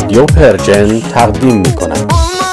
رادیو پرژن تقدیم می‌کند.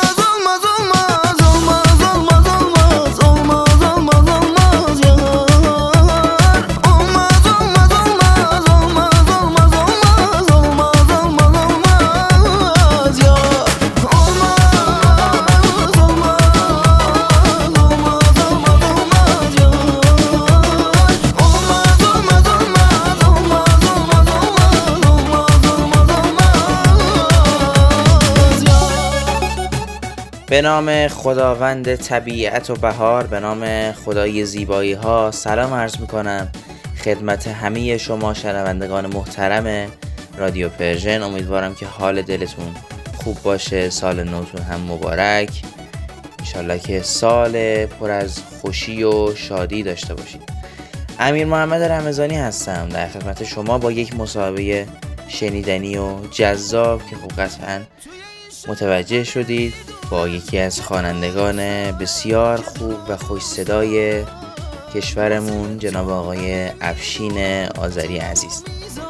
به نام خداوند طبیعت و بهار، به نام خدای زیبایی ها سلام عرض میکنم خدمت همه شما شنوندگان محترم رادیو پرژن. امیدوارم که حال دلتون خوب باشه، سال نوتون هم مبارک، انشالله که سال پر از خوشی و شادی داشته باشید. امیر محمد رمضانی هستم در خدمت شما با یک مصاحبه شنیدنی و جذاب که خب قطعاً متوجه شدید، با یکی از خوانندگان بسیار خوب و خوش صدای کشورمون جناب آقای افشین آذری عزیز.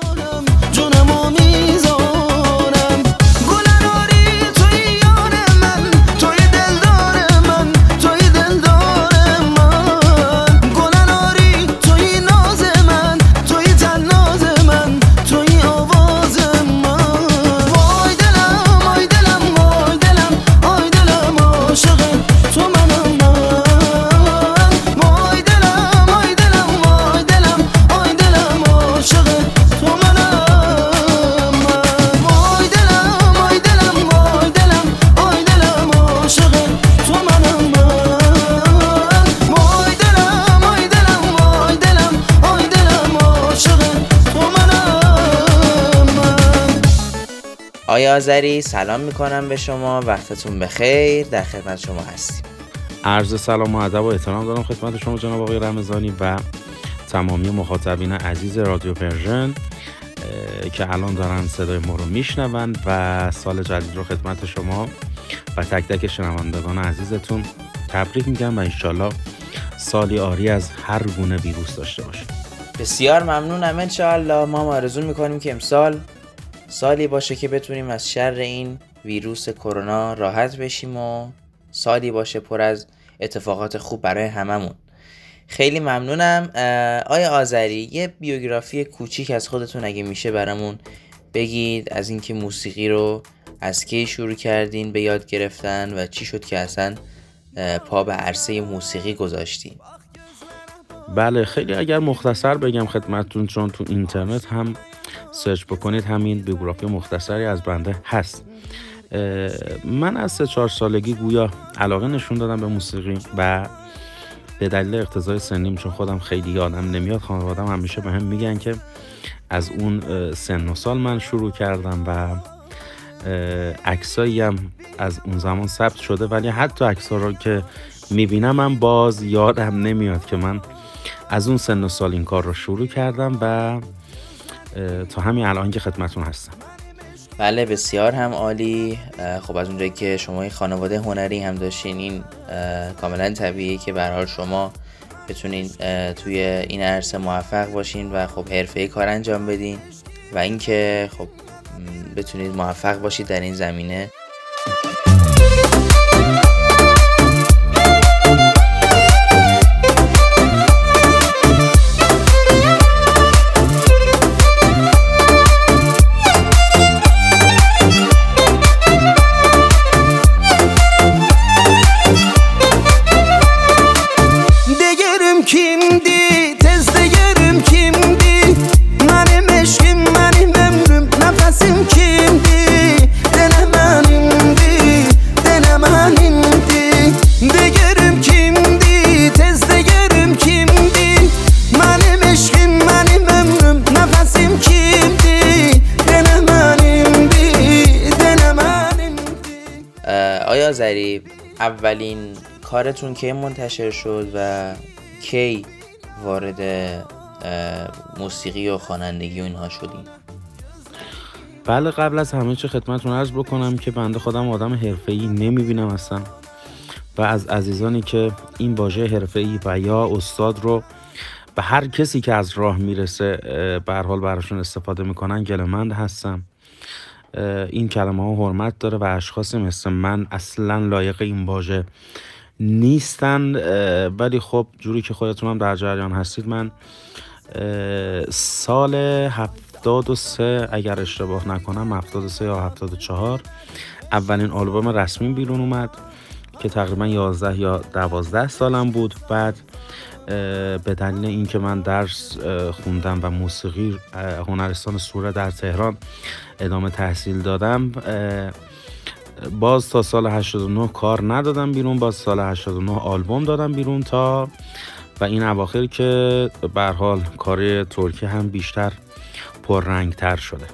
آقای آذری سلام میکنم به شما، وقتتون بخیر، در خدمت شما هستیم. عرض سلام و ادب و احترام دارم خدمت شما جناب آقای رمضانی و تمامی مخاطبین عزیز رادیو پرژن که الان دارن صدای ما رو میشنون و سال جدید رو خدمت شما و تک تک شنوندگان عزیزتون تبریک میگم و انشالله سالی عاری از هر گونه ویروس داشته باشیم. بسیار ممنونم. انشالله ما آرزو میکنیم که امسال سالی باشه که بتونیم از شر این ویروس کرونا راحت بشیم و سالی باشه پر از اتفاقات خوب برای هممون. خیلی ممنونم. آقای آذری یه بیوگرافی کوچیک از خودتون اگه میشه برامون بگید، از اینکه موسیقی رو از کی شروع کردین به یاد گرفتن و چی شد که اصلا پا به عرصه موسیقی گذاشتین؟ بله، خیلی اگر مختصر بگم خدمتتون، چون تو اینترنت هم سرچ بکنید همین بیوگرافی مختصری از بنده هست. من از 3-4 سالگی گویا علاقه نشون دادم به موسیقی و به دلیل اقتضای سنیم، چون خودم خیلی یادم نمیاد، خانوادم همیشه به هم میگن که از اون سن و سال من شروع کردم و عکسایی هم از اون زمان ثبت شده، ولی حتی عکس‌ها رو که میبینم من باز یادم نمیاد که من از اون سن و سال این کار رو شروع کردم و تا همین الان که خدمتون هستم. بله بسیار هم عالی. خب از اونجایی که شما خانواده هنری هم داشتین، این کاملا طبیعیه که به هر حال شما بتونین توی این عرصه موفق باشین و خب حرفه‌ای کار انجام بدین و اینکه خب بتونید موفق باشید در این زمینه. آیا آذری اولین کارتون کی منتشر شد و کی وارد موسیقی و خوانندگی و اینها شدین؟ بله، قبل از همه چی خدمتتون عرض بکنم که بنده خودم آدم حرفه‌ای نمیبینم اصلا و از عزیزانی که این واژه حرفه‌ای و یا استاد رو به هر کسی که از راه میرسه به هر حال براشون استفاده میکنن گله‌مند هستم. این کلمه ها حرمت داره و اشخاصی مثل من اصلا لایق این واژه نیستن. ولی خب جوری که خودتون هم در جریان هستید، من سال 73 اگر اشتباه نکنم 73 یا 74 اولین آلبوم رسمی بیرون اومد که تقریبا 11 یا 12 سالم بود. بعد به دلیل اینکه من درس خوندم و موسیقی هنرستان سوره در تهران ادامه تحصیل دادم، باز تا سال 89 کار ندادم بیرون، باز سال 89 آلبوم دادم بیرون تا و این اواخر که به هر حال کار ترکی هم بیشتر پررنگ‌تر شده.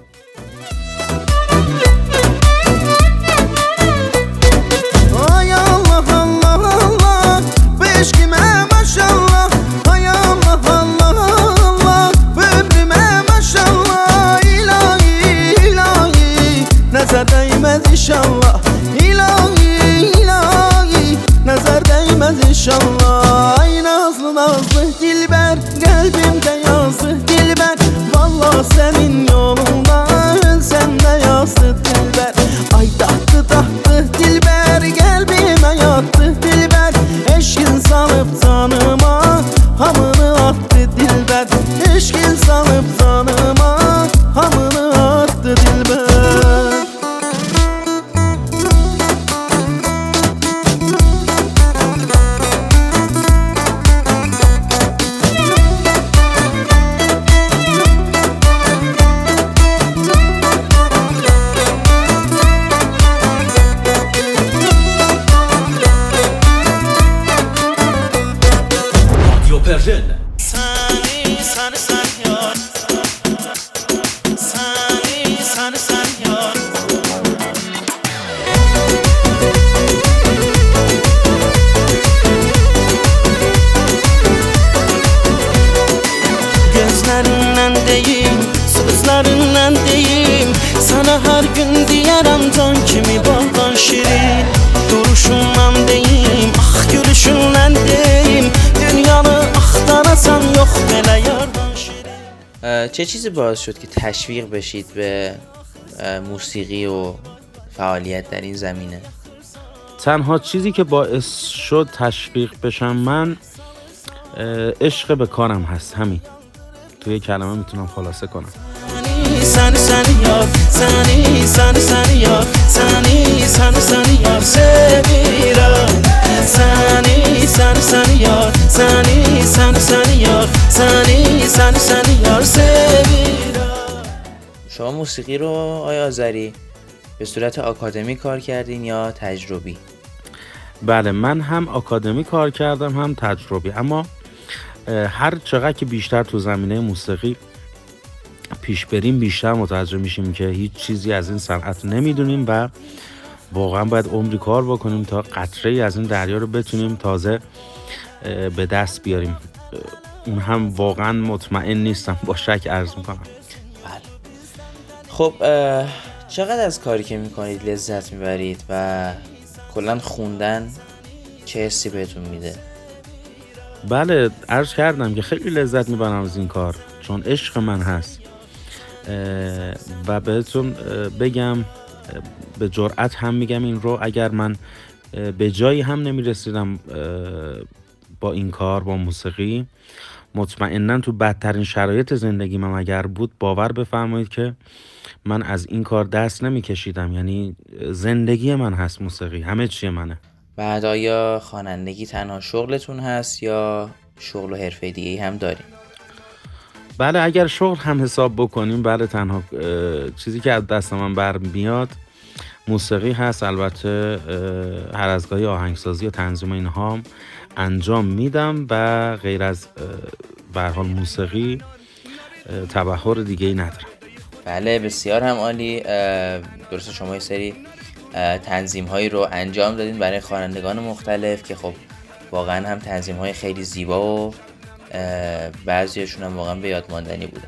آی الله الله الله بشکیمه ماشالله، آی الله الله الله ببریمه ماشالله، الهی الهی نظر دیمد انشالله، الهی الهی نظر دیمد انشالله. ای nazlı nazlı dilber kalbimde yazdı dilber, vallahi senin yolunda ölsem de yazdı dilber. Ay tahtı tahtı dilber kalbime yattı dilber, eşkin salıp canıma hamını attı dilber, eşkin salıp canıma hamını attı dilber. Gözlerinden deyim, sözlerinden deyim, sana her gün diyerem can kimi baldan şirin. Duruşundan deyim, ah gülüşünden deyim, dünyanı aktarasan yok bele yardan şirin. چه چیزی باعث شد که تشویق بشید به موسیقی و فعالیت در این زمینه؟ تنها چیزی که باعث شد تشویق بشم من عشق به کارم هست، همین توی کلمه میتونم خلاصه کنم. Seni seni yar, seni seni seni yar, seni seni seni yar sevirem. Seni seni seni yar, seni seni seni yar, seni seni seni yar sevirem. شما موسیقی رو آقای آذری به صورت آکادمی کار کردین یا تجربی؟ بله، من هم آکادمی کار کردم هم تجربی، اما هر چقدر که بیشتر تو زمینه موسیقی پیش بریم بیشتر متوجه میشیم که هیچ چیزی از این صنعت نمیدونیم و واقعا باید عمری کار بکنیم تا قطره‌ای از این دریا رو بتونیم تازه به دست بیاریم. اون هم واقعا مطمئن نیستم، با شک عرض میکنم. بله. خب چقدر از کاری که میکنید لذت میبرید و کلا خوندن چه حسی بهتون میده؟ بله، عرض کردم که خیلی لذت میبرم از این کار چون عشق من هست و بهتون بگم به جرئت هم میگم این رو، اگر من به جایی هم نمیرسیدم با این کار، با موسیقی، مطمئناً تو بدترین شرایط زندگیم هم اگر بود، باور بفرمایید که من از این کار دست نمیکشیدم. یعنی زندگی من هست موسیقی، همه چی منه. بعد آیا خوانندگی تنها شغلتون هست یا شغل و حرفه دیگه‌ای هم دارین؟ بله، اگر شغل هم حساب بکنیم، بله تنها چیزی که از دست من برمیاد موسیقی هست. البته هر از گاهی آهنگسازی و تنظیم اینها هم انجام میدم و غیر از به هر حال موسیقی تبحر دیگه ای ندارم. بله، بسیار هم عالی. درسته شما یه سری تنظیم هایی رو انجام دادین برای خوانندگان مختلف که خب واقعا هم تنظیم های خیلی زیبا و بعضیشون هم واقعا به یاد ماندنی بودن.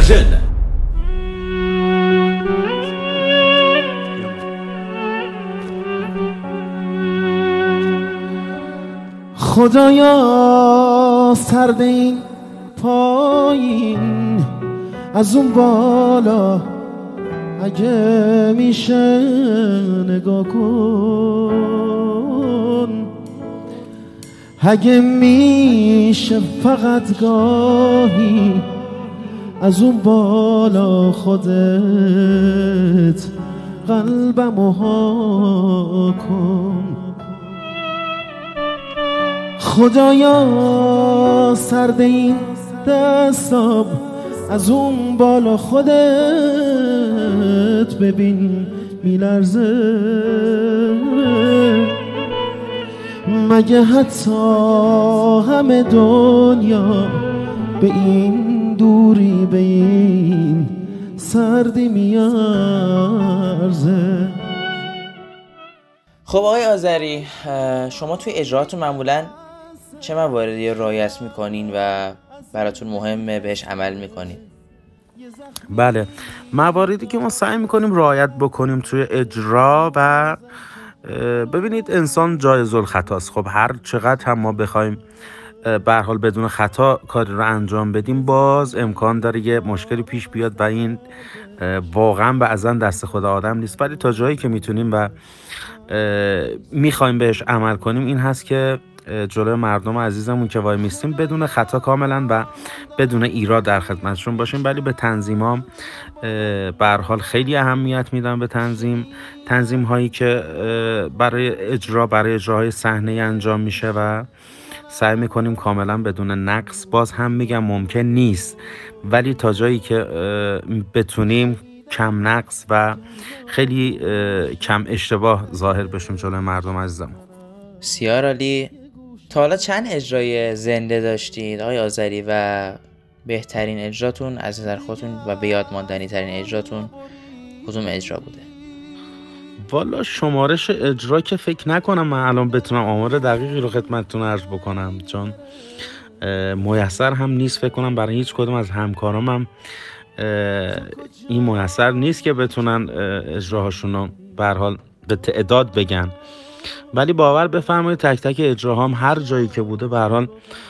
ژن. خدایا سرد این پایین از اون بالا اگه میشه نگاه کن، اگه میشه فقط گاهی از اون بالا خودت قلبمو ها کن. خدایا سرد این دستام از اون بالا خودت ببین میلرزه، مگه حتی همه دنیا به این دوری به این سردی میارزه. خب آقای آذری، شما توی اجراهاتون معمولاً چه مواردی رعایت میکنین و براتون مهمه بهش عمل میکنین؟ بله، مواردی که ما سعی میکنیم رعایت بکنیم توی اجرا و ببینید انسان جایز الخطاست. خب هر چقدر هم ما بخوایم به هر حال بدون خطا کاری رو انجام بدیم، باز امکان داره یه مشکلی پیش بیاد و این واقعا بعضا دست خود آدم نیست. ولی تا جایی که میتونیم و میخوایم بهش عمل کنیم این هست که جلوی مردم عزیزمون که وای میستیم بدون خطا کاملا و بدون ایراد در خدمتشون باشیم. ولی به تنظیمام به هر حال خیلی اهمیت میدم، به تنظیم هایی که برای اجراهای صحنه انجام میشه و سعی میکنیم کاملا بدون نقص. باز هم میگم ممکن نیست، ولی تا جایی که بتونیم کم نقص و خیلی کم اشتباه ظاهر بشیم جلوی مردم عزیزم. بسیار عالی. تا حالا چند اجرای زنده داشتید آقای آذری و بهترین اجراتون از نظر خودتون و به یاد ماندنی ترین اجراتون کدوم اجرا بوده؟ والا شمارش اجرا که فکر نکنم من الان بتونم آمار دقیقی رو خدمتتون عرض بکنم، چون میسر هم نیست فکر کنم برای هیچ کدوم از همکارام هم این میسر نیست که بتونن اجراهاشون رو به هر حال به تعداد بگن. ولی باور بفرمایید تک تک اجراهام هر جایی که بوده به هر حال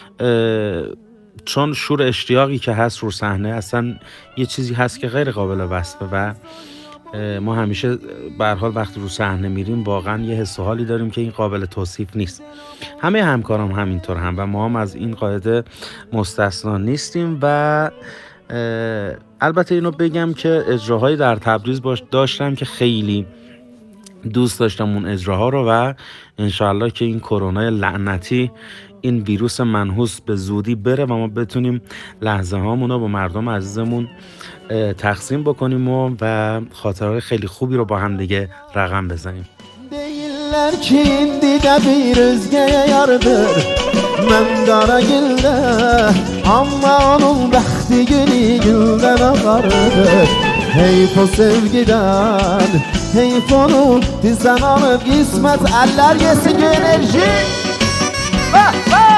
چون شور اشتیاقی که هست رو صحنه اصلا یه چیزی هست که غیر قابل وصفه و ما همیشه به هر حال وقتی رو صحنه میریم واقعا یه حس و حالی داریم که این قابل توصیف نیست. همه همکارام همینطور هم و ما هم از این قاعده مستثنا نیستیم. و البته اینو بگم که اجراهایی در تبریز داشتم که خیلی دوست داشتم اون اجراها رو و انشاءالله که این کرونا لعنتی، این ویروس منحوس به زودی بره و ما بتونیم لحظه هامون رو با mardom عزیزمون تقسیم بکنیم و خاطرهای خیلی خوبی رو با هم دیگه رقم بزنیم. Deyirlər ki indi də bir özgəyə yardır Mən qara güldə Amma onun bəxti günü güldən ağardır Heyf o sevgidən Heyf onu bizdən alıb qismət əllər yesin enerji Vah vah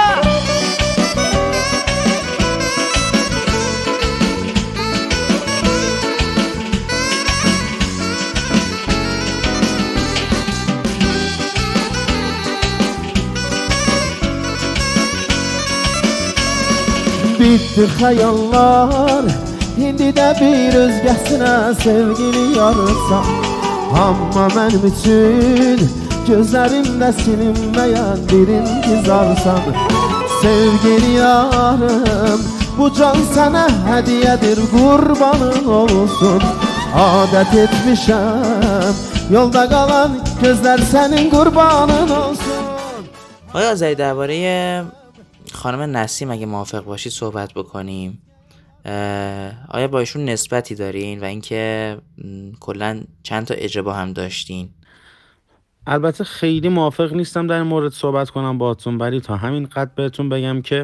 Bitti xəyallar İndi də bir özgəsinə sevgini yarırsan Amma mənim üçün Gözlərimdə silinməyən birin qızarsan Sevgini yarım Bu can sənə hədiyyədir qurbanın olsun Adət etmişəm Yolda qalan gözlər sənin qurbanın olsun. آقای آذری درباره خانم نسیم اگه موافق باشید صحبت بکنیم. آیا با ایشون نسبتی دارین و اینکه کلا چند تا اجرا با هم داشتین؟ البته خیلی موافق نیستم در این مورد صحبت کنم باهاتون، ولی تا همین قد بهتون بگم که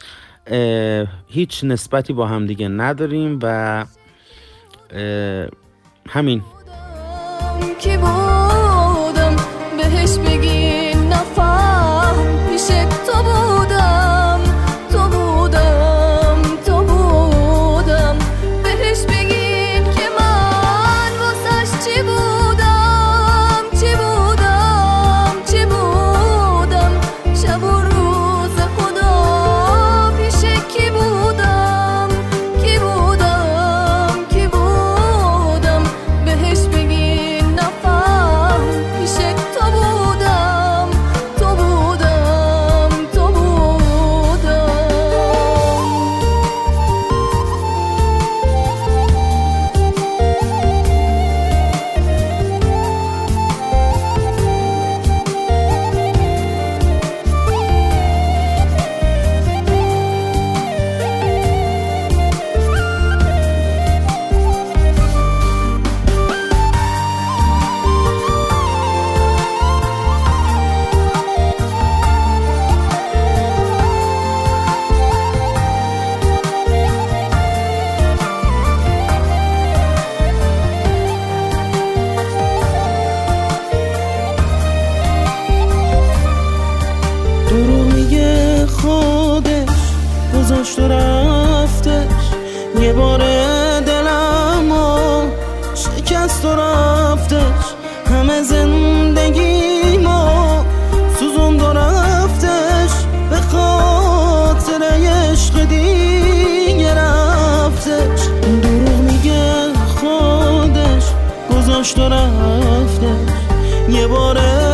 هیچ نسبتی با هم دیگه نداریم و همین. کی بودم بهش بگین نفهمیشه تو بودم گذاشت و رفتش، یه بار دلمو شکست و رفتش، همه زندگیمو سوزوند و رفتش، به خاطر عشق دیگه رفتش. دروغ میگه خودش گذاشت و رفتش، یه بار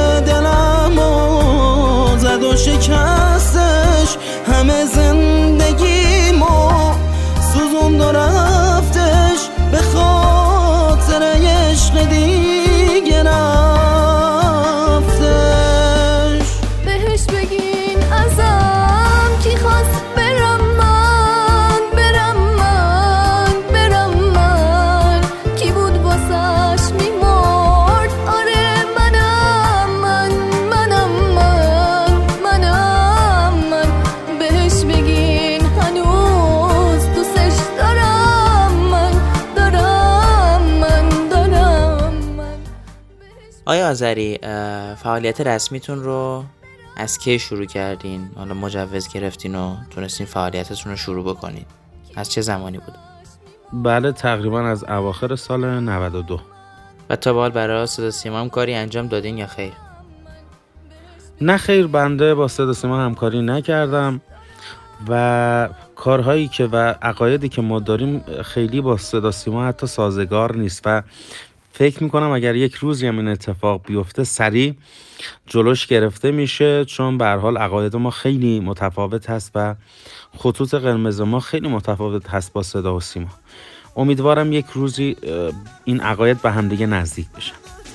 دلمو زد و شکستش، همه زندگیمو سوزوند و رفتش، به خاطر عشق دیگه رفتش. بهش بگین ازم کی خواست برم من کی بود واسش میمرد، آره منم من. بهش بگین هنوز دوستش دارم من. آیا آذری، فعالیت رسمیتون رو از کی شروع کردین؟ حالا مجوز گرفتین و تونستین فعالیتتون رو شروع بکنین؟ از چه زمانی بود؟ بله تقریبا از اواخر سال 92. و تا به حال برای صدا سیما هم کاری انجام دادین یا خیر؟ نه خیر، بنده با صدا سیما همکاری نکردم و کارهایی که و عقایدی که ما داریم خیلی با صدا سیما حتی سازگار نیست و فکر میکنم اگر یک روزی هم این اتفاق بیفته سریع جلوش گرفته میشه، چون به هر حال عقاید ما خیلی متفاوت هست و خطوط قرمز ما خیلی متفاوت هست با صدا و سیما. امیدوارم یک روزی این عقاید به هم دیگه نزدیک بشن.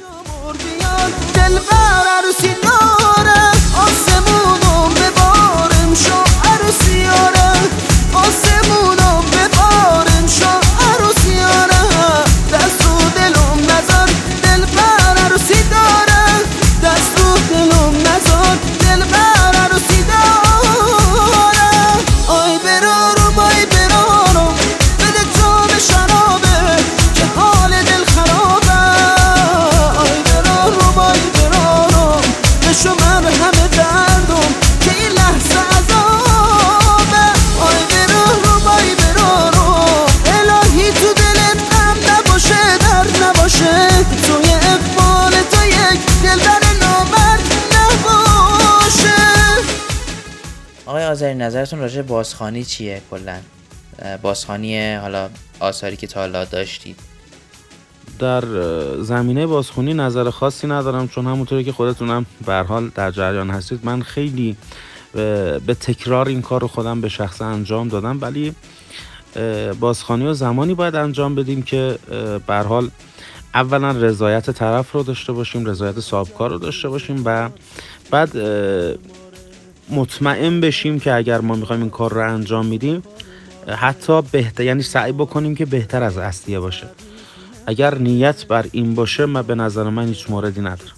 آقای آذری، نظرتون راجع به بازخوانی چیه کلا؟ بازخوانی حالا آثاری که تا حالا داشتید. در زمینه بازخوانی نظر خاصی ندارم، چون همونطوری که خودتونم به هر حال در جریان هستید من خیلی به تکرار این کار رو خودم به شخصه انجام دادم، ولی بازخوانی رو زمانی باید انجام بدیم که به هر حال اولا رضایت طرف رو داشته باشیم، رضایت صاحبکار رو داشته باشیم و بعد مطمئن بشیم که اگر ما میخوایم این کار رو انجام میدیم حتی بهتر، یعنی سعی بکنیم که بهتر از اصلیه باشه. اگر نیت بر این باشه من به نظر من هیچ موردی ندارم.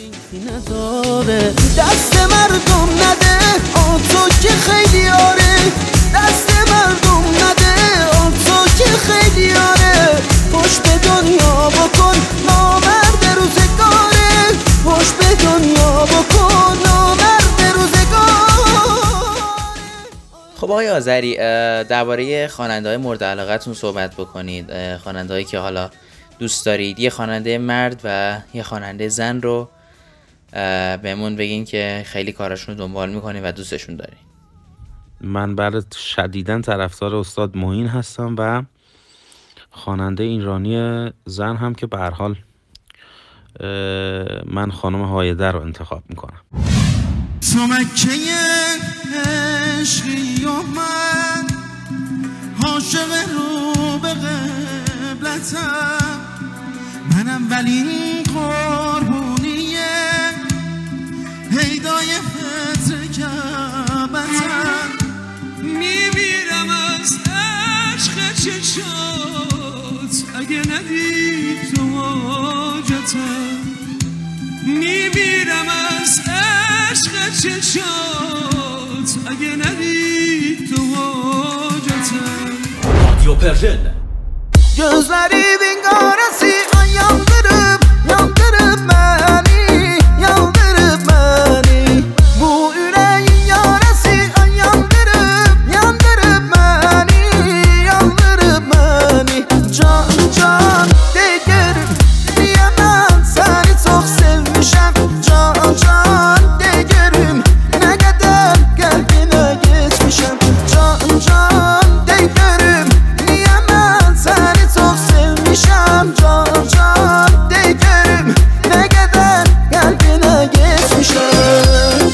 دست مردم نده تو که خیلی آره، دست مردم نده تو که خیلی آره، خوش به دنیا بکن نامرد روزگاره، خوش به دنیا بکن نامرد روزگاره. خب آقای آذری، درباره خواننده‌های مورد علاقتون صحبت بکنید. خواننده‌هایی که حالا دوست دارید، یه خواننده مرد و یه خواننده زن رو بهمون بگین که خیلی کاراشون رو دنبال میکنین و دوستشون دارین. من بله شدیداً طرفدار استاد معین هستم و خواننده ایرانی زن هم که به هر حال من خانم هایده رو انتخاب میکنم. تو مکه عشقی و من عاشق رو به قبلتم، منم ولی قربونیه هیدای فتر کبتم، میمیرم از عشق چشات اگه ندید تو حاجتم، میمیرم از عشق چشات اگه ندید تو حاجتم. رادیو پرژن Gözleri bin karası yandırıp yandırıp beni, yandırıp beni. Bu yüreğin yarası yandırıp yandırıp میشم.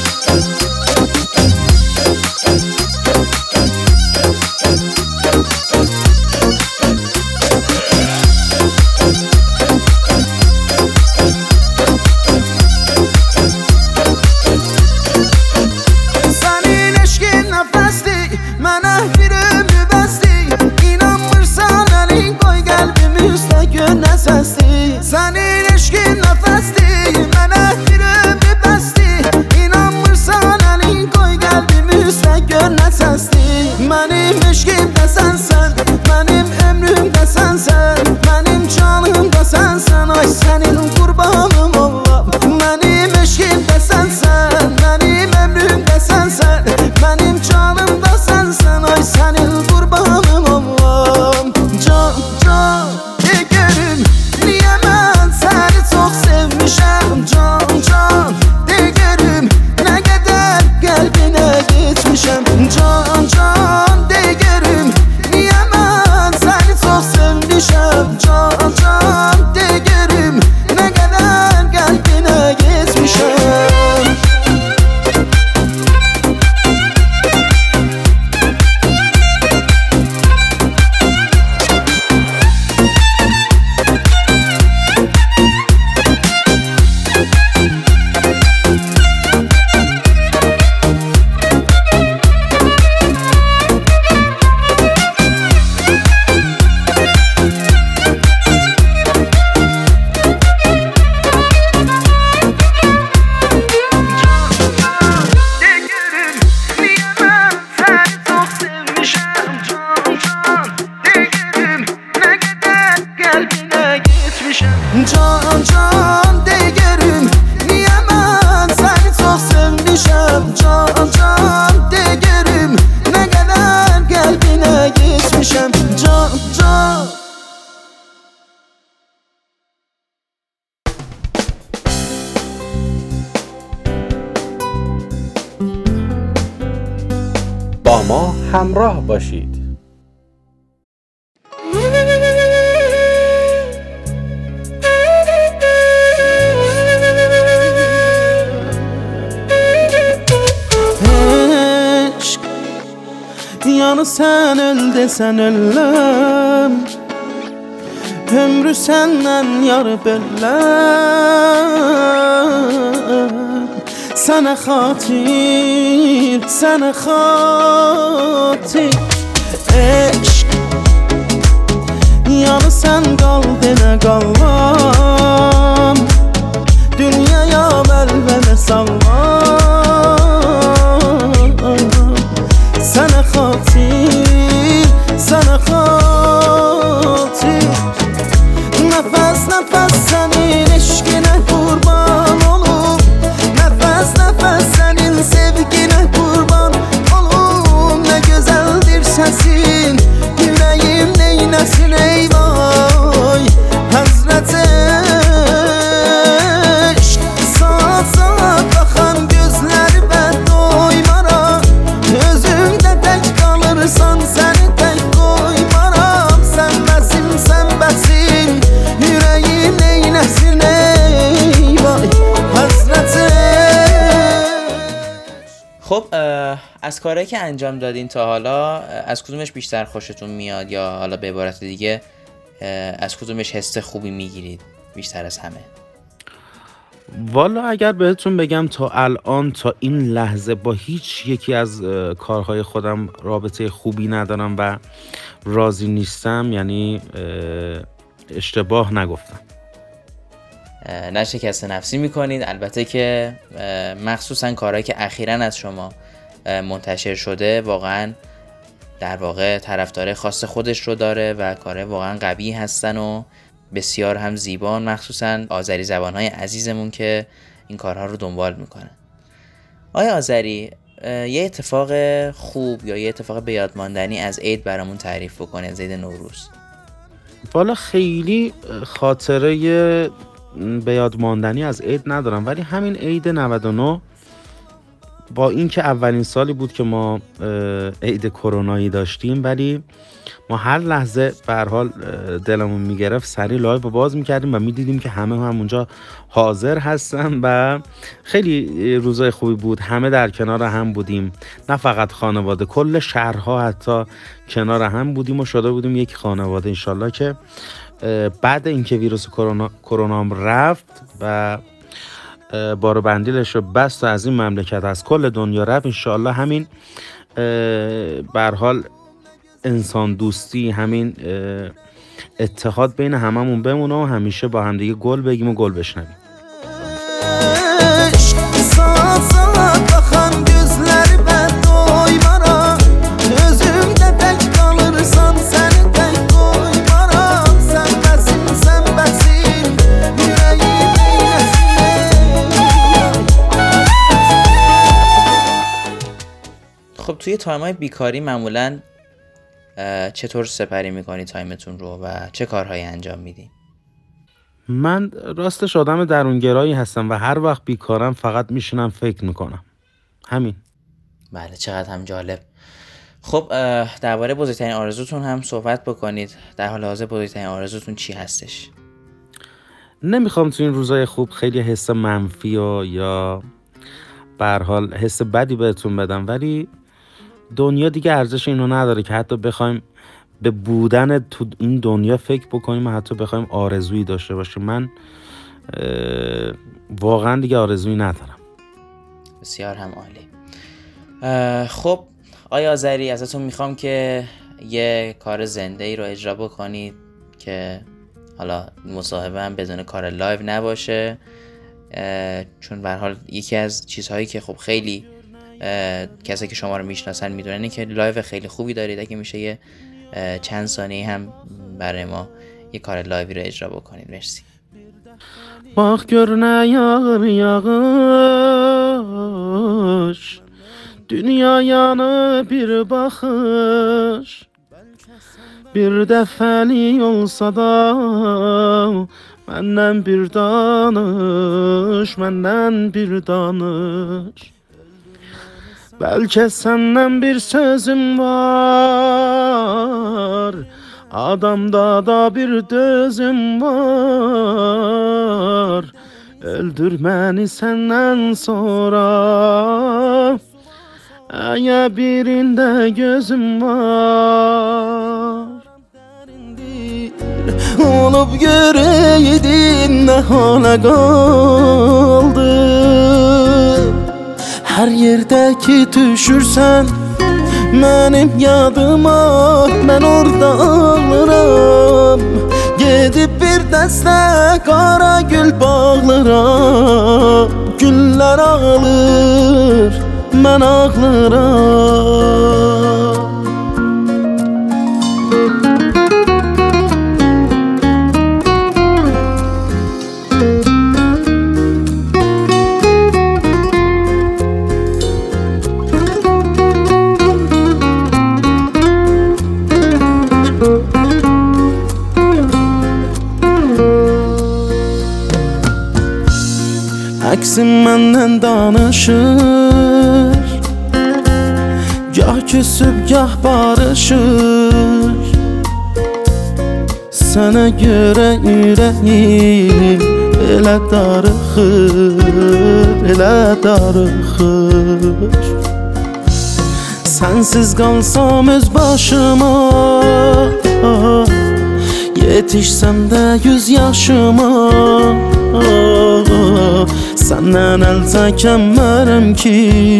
Can can degerim niye ben seni çok sevmişim. Can can degerim ne kadar kalbine geçmişim. Can can. با ما همراه باشید. Yani sen öl desen ölüm, ömrü senden yarı bölüm. Sana xatir, sana xatir eşq. Yani sen qal denə qallam, dünyaya vəlvələ sallam. Sana xatir, sana xatir. Nəfəs nəfəs sənin eşqinə qurban olum, nəfəs nəfəs sənin sevginə qurban olum. Nə gözəldir səsin, yüreğim neynəsin ey vay Həzrət eşq. Saat saat baxan gözləri mən doymaram, özümdə tək qalırsan səni tək qoymaram. Sən bəsim, sən bəsim, yüreğim neynəsin ey vay Həzrət eşq. خب از کارهایی که انجام دادین تا حالا از کدومش بیشتر خوشتون میاد، یا حالا به عبارت دیگه از کدومش حس خوبی میگیرید بیشتر از همه؟ والا اگر بهتون بگم تا الان تا این لحظه با هیچ یکی از کارهای خودم رابطه خوبی ندارم و راضی نیستم، یعنی اشتباه نگفتم. نه شکست نفسی میکنید. البته که مخصوصا کارهایی که اخیراً از شما منتشر شده واقعا در واقع طرفدار خاص خودش رو داره و کارهای واقعا قوی هستن و بسیار هم زیبان، مخصوصا آذری زبانهای عزیزمون که این کارها رو دنبال میکنن. آیا آذری یه اتفاق خوب یا یه اتفاق به یاد ماندنی از عید برامون تعریف بکنه، از عید نوروز؟ والا خیلی خاطره به یاد ماندنی از عید ندارم، ولی همین عید 99 با اینکه اولین سالی بود که ما عید کرونایی داشتیم، ولی ما هر لحظه به هر حال دلمون میگرفت سریع لایو رو باز میکردیم و میدیدیم که همه هم اونجا حاضر هستن و خیلی روزای خوبی بود. همه در کنار هم بودیم، نه فقط خانواده، کل شهرها حتی کنار هم بودیم و شده بودیم یک خانواده. انشالله که بعد اینکه ویروس کرونا رفت و بارو بندیلش رو بست و از این مملکت از کل دنیا رفت، انشالله همین به هر حال انسان دوستی، همین اتحاد بین هممون بمونه و همیشه با همدیگه گل بگیم و گل بشنویم. خب توی تایم‌های بیکاری معمولاً چطور سپری میکنی تایمتون رو و چه کارهایی انجام میدی؟ من راستش آدم درونگرایی هستم و هر وقت بیکارم فقط میشینم فکر میکنم. همین. بله، چقدر هم جالب. خب درباره بزرگترین آرزوتون هم صحبت بکنید. در حال حاضر بزرگترین آرزوتون چی هستش؟ نمیخوام تو این روزای خوب خیلی حس منفی یا به هر حال حس بدی بهتون بدم، ولی دنیا دیگه ارزش اینو نداره که حتی بخوایم به بودن تو این دنیا فکر بکنیم و حتی بخوایم آرزویی داشته باشیم. من واقعا دیگه آرزویی ندارم. بسیار هم عالی. خب آقای آذری، ازتون میخوام که یه کار زنده ای رو اجرا بکنید که حالا مصاحبه هم بدون کار لایو نباشه، چون به هر حال یکی از چیزهایی که خب خیلی کسایی که شما رو میشناسن میدونن این که لایو خیلی خوبی دارید. اگه میشه یه چند ثانیه هم برای ما یه کار لایوی رو اجرا بکنید. مرسی. Bax gör nə yağır yağış, dünya yanı bir baxış, bir dəfəlik olsa da məndən bir danış, məndən bir danış. Bəlkə səndən bir sözüm var, adamda da bir dözüm var. Öldür məni səndən sonra, əgər birində gözüm var. Olub görəydin nə hala qaldı. Hər yerdə ki düşürsən mənim yadıma, mən orada ağlıram. Gedib bir dəstə qara gül bağlıram. Güllər ağlır, mən ağlıram. Əksim məndən danışır, gah küsüb gah barışır. Sənə görə ürəyim elə darıxır, elə darıxır. Sənsiz qalsam öz başıma, yetişsəm də 100 yaşıma. Səndən əl çəkəmmərəm ki,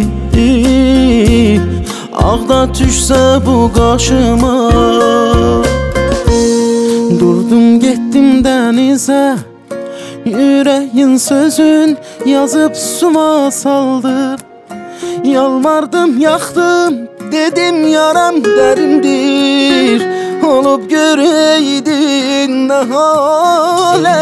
ağda düşsə bu qaşıma. Durdum getdim dənizə, ürəyin sözün yazıb suma saldım. Yalvardım, yaxdım, dedim yaram dərindir. Olub görəydin nə halə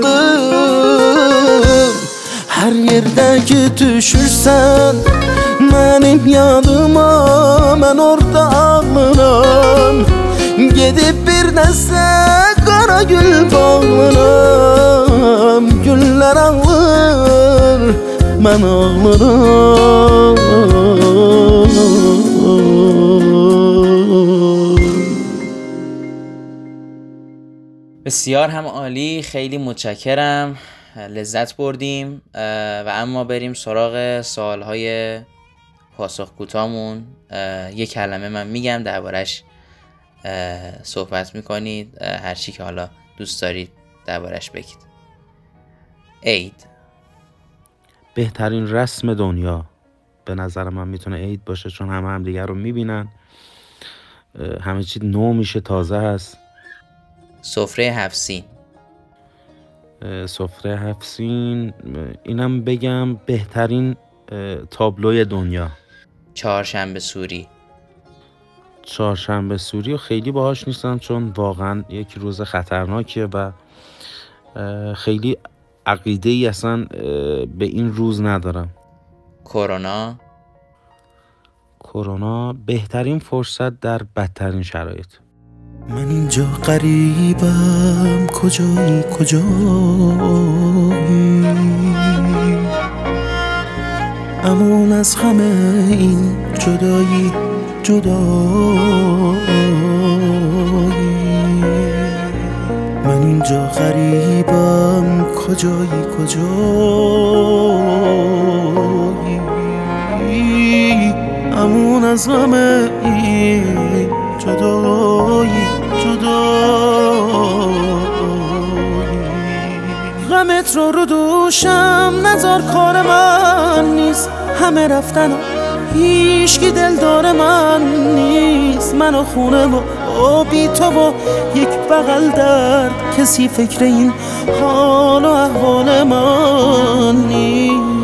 qaldım. Hər yerdə ki düşürsən mənim yadıma, mən orada ağlıram. Gedib bir dəstə qara gül bağlıram. Güllər ağlır, mən ağlıram. بسیار هم عالی، خیلی متشکرم، لذت بردیم. و اما بریم سراغ سوالهای پاسخ کوتاهمون. یک کلمه من میگم، دربارش صحبت میکنید، هر چی که حالا دوست دارید دربارش بگید. عید. بهترین رسم دنیا به نظر من میتونه عید باشه، چون همه دیگر رو میبینن، همه چی نو میشه، تازه هست. سفره 7 سین. سفره 7 سین اینم بگم بهترین تابلوی دنیا. چهارشنبه سوری. چهارشنبه سوری و خیلی باهاش نیستم، چون واقعا یک روز خطرناکیه و خیلی عقیده ای اصلا به این روز ندارم. کرونا. کرونا بهترین فرصت در بدترین شرایط. من اینجا غریبم، کجایی امون از همه این جدایی من اینجا غریبم، کجایی امون از همه این جدایی غمت رو دوشم نذار، کار من نیست، همه رفتن و هیچکی دلدار من نیست. من و خونه و بی تو و یک بغل درد، کسی فکر این حال و احوال من نیست.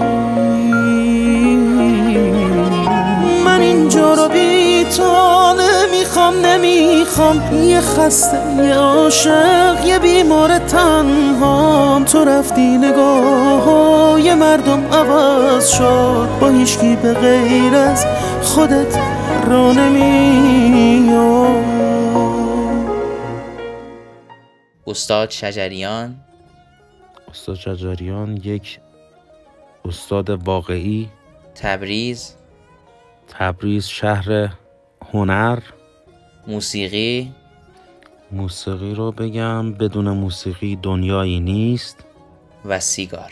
من اینجا رو بی تو نمیخوام، یه خسته، یه عاشق، یه بیمار تنهام. تو رفتی نگاه مردم عوض شد، با هیچکی به غیر از خودت را نمیاد. استاد شجریان. استاد شجریان یک استاد واقعی. تبریز. تبریز شهر هنر. موسیقی. موسیقی رو بگم بدون موسیقی دنیایی نیست. و سیگار.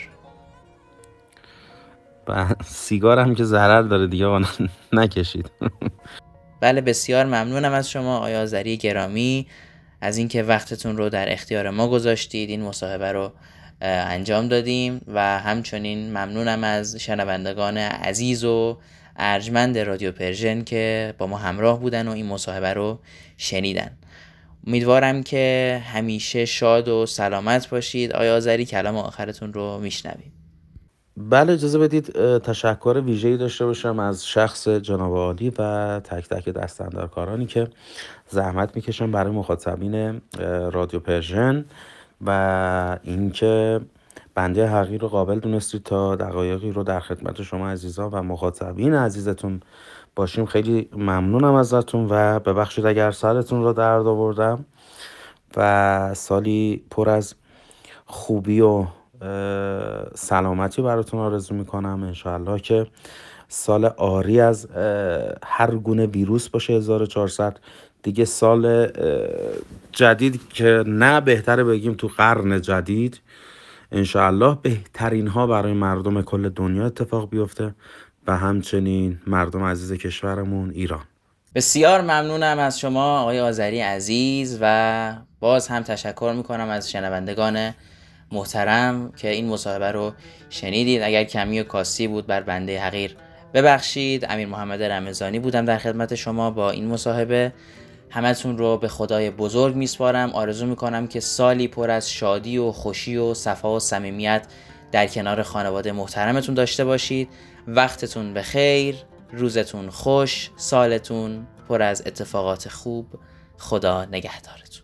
و سیگار هم که ضرر داره دیگه، نکشید. بله، بسیار ممنونم از شما آقای آذری گرامی از اینکه وقتتون رو در اختیار ما گذاشتید، این مصاحبه رو انجام دادیم. و همچنین ممنونم از شنوندگان عزیز و ارجمند رادیو پرژن که با ما همراه بودن و این مصاحبه رو شنیدن. امیدوارم که همیشه شاد و سلامت باشید. آقای آذری، کلام آخرتون رو میشنویم. بله، اجازه بدید تشکر ویژه‌ای داشته باشم از شخص جناب عالی و تک تک دستاندرکارانی که زحمت میکشن برای مخاطبین رادیو پرژن و اینکه بنده حقیر رو قابل دونستید تا دقایقی رو در خدمت شما عزیزان و مخاطبین عزیزتون باشیم. خیلی ممنونم ازتون و ببخشید اگر سرتون رو درد آوردم و سالی پر از خوبی و سلامتی براتون آرزو میکنم. انشاءالله که سال عاری از هر گونه ویروس باشه 1400 دیگه. سال جدید که نه بهتره بگیم تو قرن جدید، انشاءالله بهترین ها برای مردم کل دنیا اتفاق بیفته و همچنین مردم عزیز کشورمون ایران. بسیار ممنونم از شما آقای آذری عزیز و باز هم تشکر میکنم از شنوندگان محترم که این مصاحبه رو شنیدید. اگر کمی و کاستی بود بر بنده حقیر ببخشید. امیر محمد رمضانی بودم در خدمت شما با این مصاحبه. همتون رو به خدای بزرگ میسپارم. آرزو میکنم که سالی پر از شادی و خوشی و صفا و صمیمیت در کنار خانواده محترمتون داشته باشید. وقتتون بخیر، روزتون خوش، سالتون پر از اتفاقات خوب. خدا نگهدارتون.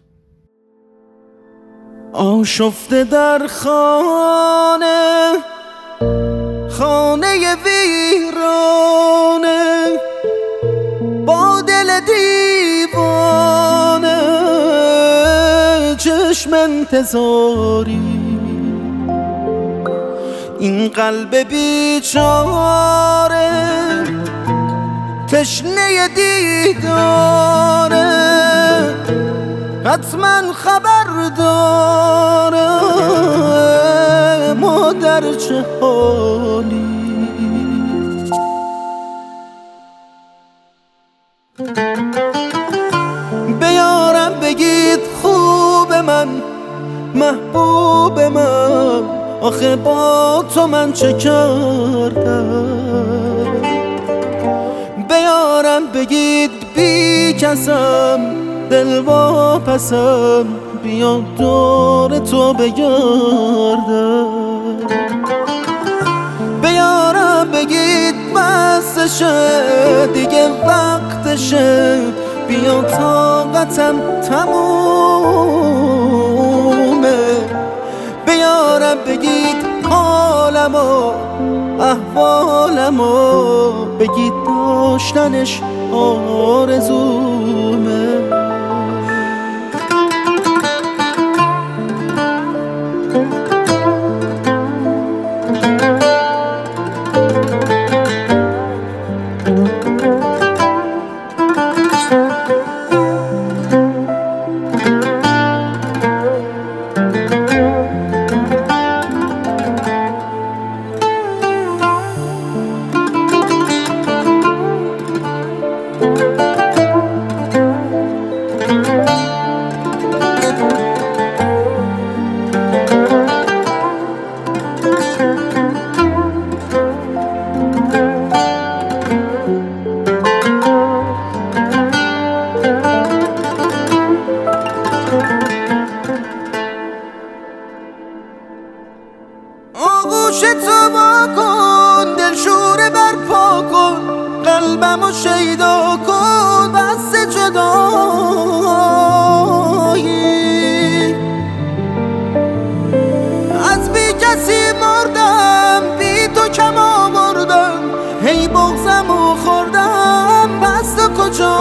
آشفته در خانه ویرانه، با دل دیوانه چشم انتظاری، این قلب بیچاره تشنه دیداره، حدس حتما خبر داره مادر چه حالی. بیارم بگید خوب من محبوب من، آخه با تو من چه کردم. بیارم بگید بی کسم دل واپسم، بیا دور تو بگردم. بیارم بگید بسشه دیگه وقتشه، بیا طاقتم تمومه. بیارم بگید حالمو احوالمو، بگید داشتنش آرزومه. آغوش تو با کن، دل شوره برپا کن، قلبمو شیدا کن، بس جدایی. از بی کسی مردم، بی تو کم آوردم، هی بغزمو خوردم، بس تو کجا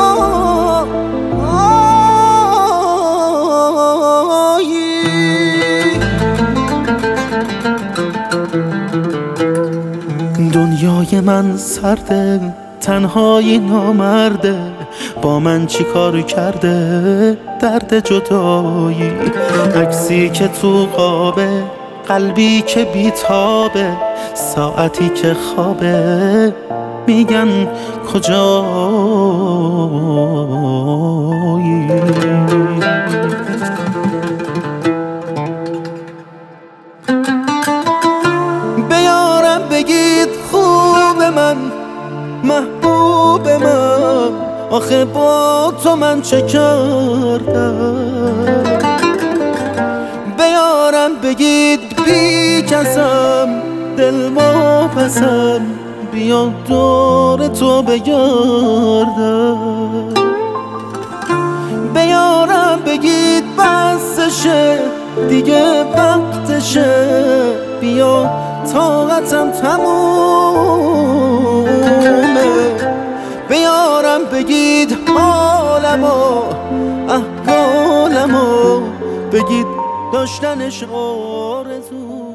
دنیای من سرده، تنهایی نامرده، با من چی کار کرده درد جدایی. عکسی که تو قابه، قلبی که بیتابه، ساعتی که خوابه، میگن کجایی. بیارم بگید خوب من محبوب من، آخه با تو من چه کردم. بیارم بگید بی کسم دل واپسم، بیا دور تو بگردم. بیارم بگید بسشه دیگه وقتشه، بیا طاقتم تمومه. بیارم بگید حالمو احوالمو، بگید داشتنش آرزو.